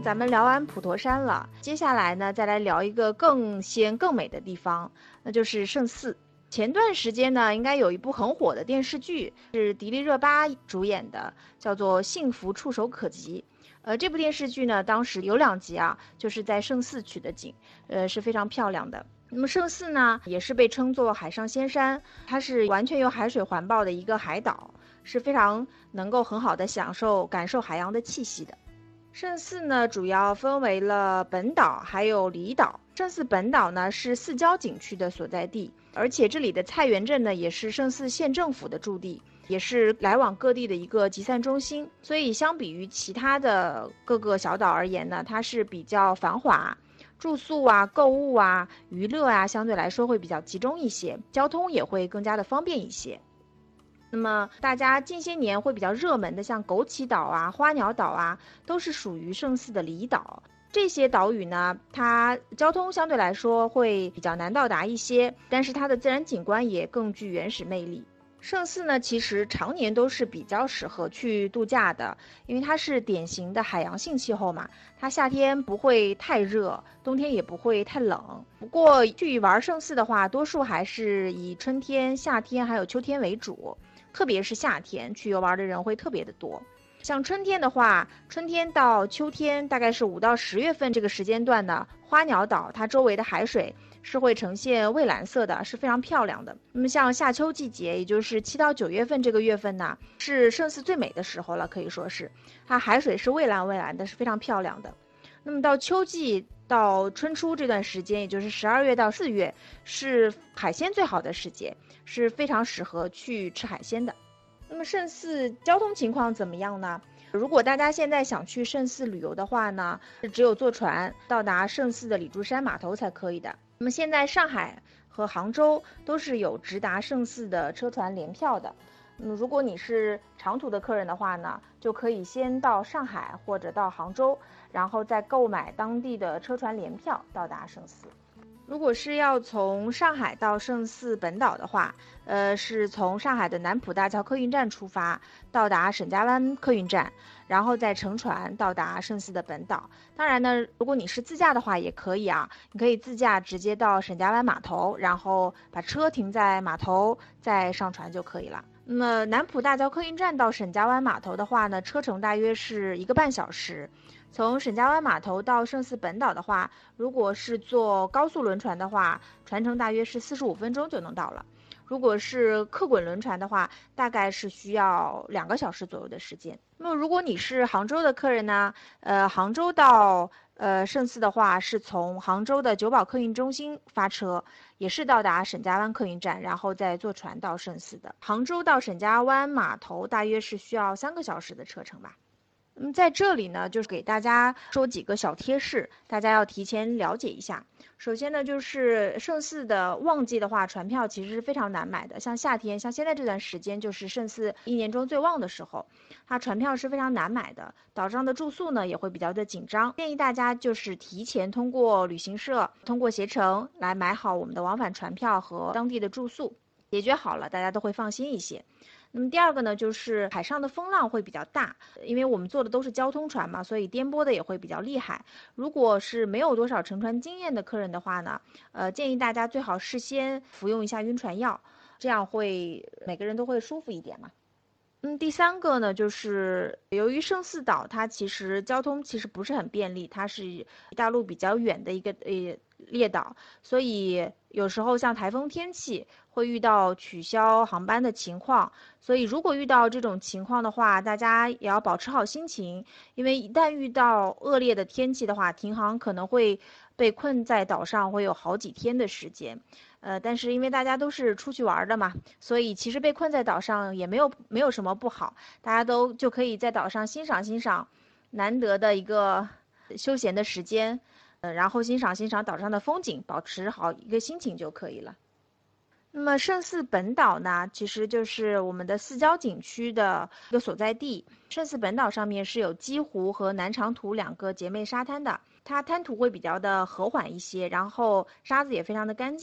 咱们聊完普陀山了，接下来呢，再来聊一个更仙更美的地方，那就是圣寺。前段时间呢，应该有一部很火的电视剧，是迪丽热巴主演的，叫做《幸福触手可及》。这部电视剧呢，当时有2集啊，就是在圣寺取的景，是非常漂亮的。那么圣寺呢，也是被称作海上仙山，它是完全由海水环抱的一个海岛，是非常能够很好的感受海洋的气息的。圣寺呢，主要分为了本岛还有离岛。圣寺本岛呢是四郊景区的所在地，而且这里的菜园镇呢也是圣寺县政府的驻地，也是来往各地的一个集散中心。所以相比于其他的各个小岛而言呢，它是比较繁华，住宿啊、购物啊、娱乐啊，相对来说会比较集中一些，交通也会更加的方便一些。那么大家近些年会比较热门的，像枸杞岛啊、花鸟岛啊，都是属于圣寺的离岛。这些岛屿呢，它交通相对来说会比较难到达一些，但是它的自然景观也更具原始魅力。圣寺呢，其实常年都是比较适合去度假的，因为它是典型的海洋性气候嘛，它夏天不会太热，冬天也不会太冷。不过去玩圣寺的话，多数还是以春天、夏天还有秋天为主。特别是夏天去游玩的人会特别的多。像春天的话，春天到秋天大概是5到10月份这个时间段呢，花鸟岛它周围的海水是会呈现蔚蓝色的，是非常漂亮的。那么像夏秋季节，也就是7到9月份这个月份呢，是圣寺最美的时候了，可以说是它海水是蔚蓝的，是非常漂亮的。那么到秋季到春初这段时间，也就是12月到4月，是海鲜最好的时节，是非常适合去吃海鲜的。那么圣寺交通情况怎么样呢？如果大家现在想去圣寺旅游的话呢，是只有坐船到达圣寺的李柱山码头才可以的。那么现在上海和杭州都是有直达圣寺的车船联票的。如果你是长途的客人的话呢，就可以先到上海或者到杭州，然后再购买当地的车船联票到达圣寺。如果是要从上海到圣寺本岛的话，是从上海的南浦大桥客运站出发，到达沈家湾客运站，然后再乘船到达圣寺的本岛。当然呢，如果你是自驾的话也可以啊，你可以自驾直接到沈家湾码头，然后把车停在码头，再上船就可以了。那么南浦大桥客运站到沈家湾码头的话呢，车程大约是1个半小时。从沈家湾码头到圣寺本岛的话，如果是坐高速轮船的话，船程大约是45分钟就能到了。如果是客滚轮船的话，大概是需要2个小时左右的时间。那么如果你是杭州的客人呢，杭州到圣寺的话，是从杭州的九堡客运中心发车，也是到达沈家湾客运站，然后再坐船到圣寺的。杭州到沈家湾码头大约是需要3个小时的车程吧。在这里呢，就是给大家说几个小贴士，大家要提前了解一下。首先呢，就是圣寺的旺季的话，船票其实是非常难买的。像夏天，像现在这段时间，就是圣寺1年中最旺的时候，它船票是非常难买的。岛上的住宿呢，也会比较的紧张。建议大家就是提前通过旅行社、通过携程来买好我们的往返船票和当地的住宿，解决好了，大家都会放心一些。那么第二个呢，就是海上的风浪会比较大，因为我们坐的都是交通船嘛，所以颠簸的也会比较厉害。如果是没有多少乘船经验的客人的话呢，建议大家最好事先服用一下晕船药，这样会每个人都会舒服一点嘛。第三个呢，就是由于圣寺岛它其实交通其实不是很便利，它是大陆比较远的一个列岛，所以有时候像台风天气会遇到取消航班的情况，所以如果遇到这种情况的话，大家也要保持好心情，因为一旦遇到恶劣的天气的话，停航可能会被困在岛上，会有好几天的时间。但是因为大家都是出去玩的嘛，所以其实被困在岛上也没有什么不好，大家都就可以在岛上欣赏难得的一个休闲的时间，然后欣赏岛上的风景，保持好一个心情就可以了。那么圣寺本岛呢，其实就是我们的四郊景区的一个所在地。圣寺本岛上面是有鸡湖和南长图2个姐妹沙滩的，它滩涂会比较的和缓一些，然后沙子也非常的干净。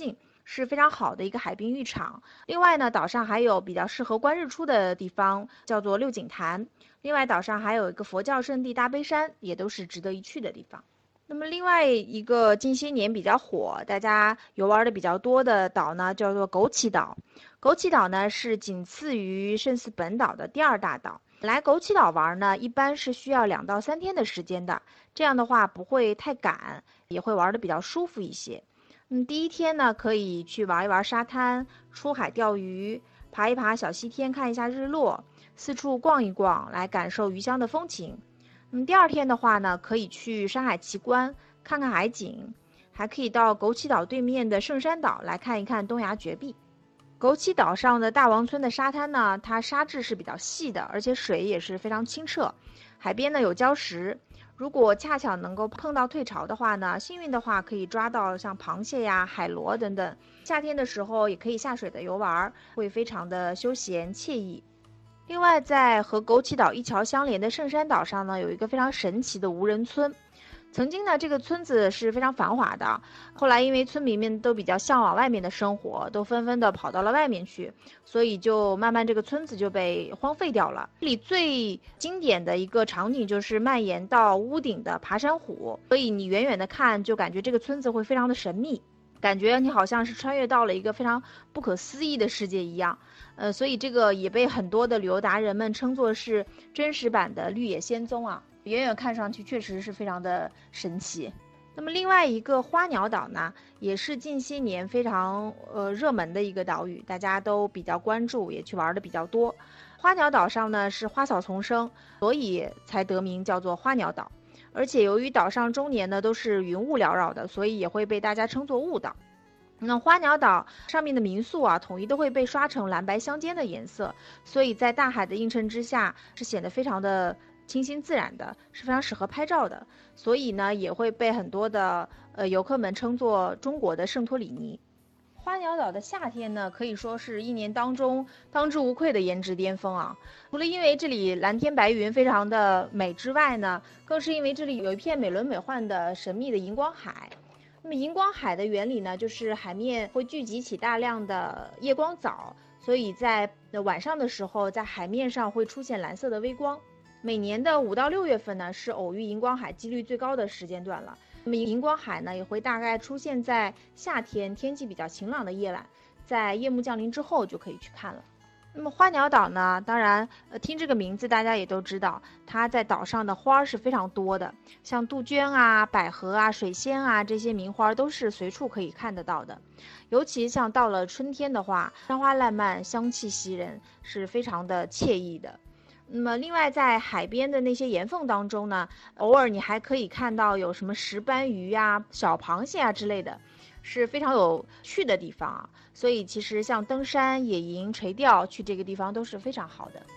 是非常好的一个海滨浴场。另外呢，岛上还有比较适合观日出的地方，叫做六景潭。另外，岛上还有一个佛教圣地大悲山，也都是值得一去的地方。那么另外一个近些年比较火，大家游玩的比较多的岛呢，叫做枸杞岛。枸杞岛呢是仅次于圣寺本岛的第2大岛。来枸杞岛玩呢，一般是需要2到3天的时间的，这样的话不会太赶，也会玩的比较舒服一些。第一天呢，可以去玩一玩沙滩，出海钓鱼，爬一爬小溪天，看一下日落，四处逛一逛，来感受鱼乡的风情。第2天的话呢，可以去山海奇观，看看海景，还可以到枸杞岛对面的圣山岛来看一看东崖绝壁。枸杞岛上的大王村的沙滩呢，它沙质是比较细的，而且水也是非常清澈。海边呢有礁石，如果恰巧能够碰到退潮的话呢，幸运的话可以抓到像螃蟹呀、海螺等等。夏天的时候也可以下水的游玩，会非常的休闲惬意。另外，在和枸杞岛一桥相连的圣山岛上呢，有一个非常神奇的无人村。曾经呢，这个村子是非常繁华的，后来因为村民们都比较向往外面的生活，都纷纷的跑到了外面去，所以就慢慢这个村子就被荒废掉了。这里最经典的一个场景就是蔓延到屋顶的爬山虎，所以你远远的看就感觉这个村子会非常的神秘，感觉你好像是穿越到了一个非常不可思议的世界一样。所以这个也被很多的旅游达人们称作是真实版的绿野仙踪啊。远远看上去确实是非常的神奇。那么另外一个花鸟岛呢，也是近些年非常热门的一个岛屿，大家都比较关注，也去玩的比较多。花鸟岛上呢是花草丛生，所以才得名叫做花鸟岛。而且由于岛上终年呢都是云雾缭绕的，所以也会被大家称作雾岛。那花鸟岛上面的民宿啊，统一都会被刷成蓝白相间的颜色，所以在大海的映衬之下，是显得非常的清新自然的，是非常适合拍照的。所以呢，也会被很多的游客们称作中国的圣托里尼。花鸟岛的夏天呢，可以说是一年当中当之无愧的颜值巅峰啊！除了因为这里蓝天白云非常的美之外呢，更是因为这里有一片美轮美奂的神秘的荧光海。那么荧光海的原理呢，就是海面会聚集起大量的夜光藻，所以在晚上的时候，在海面上会出现蓝色的微光。每年的5到6月份呢，是偶遇荧光海几率最高的时间段了。那么荧光海呢，也会大概出现在夏天天气比较晴朗的夜晚，在夜幕降临之后就可以去看了。那么花鸟岛呢，当然，听这个名字大家也都知道，它在岛上的花是非常多的，像杜鹃啊、百合啊、水仙啊这些名花都是随处可以看得到的。尤其像到了春天的话，山花烂漫，香气袭人，是非常的惬意的。那么另外在海边的那些岩缝当中呢，偶尔你还可以看到有什么石斑鱼啊、小螃蟹啊之类的，是非常有趣的地方啊。所以其实像登山、野营、垂钓，去这个地方都是非常好的。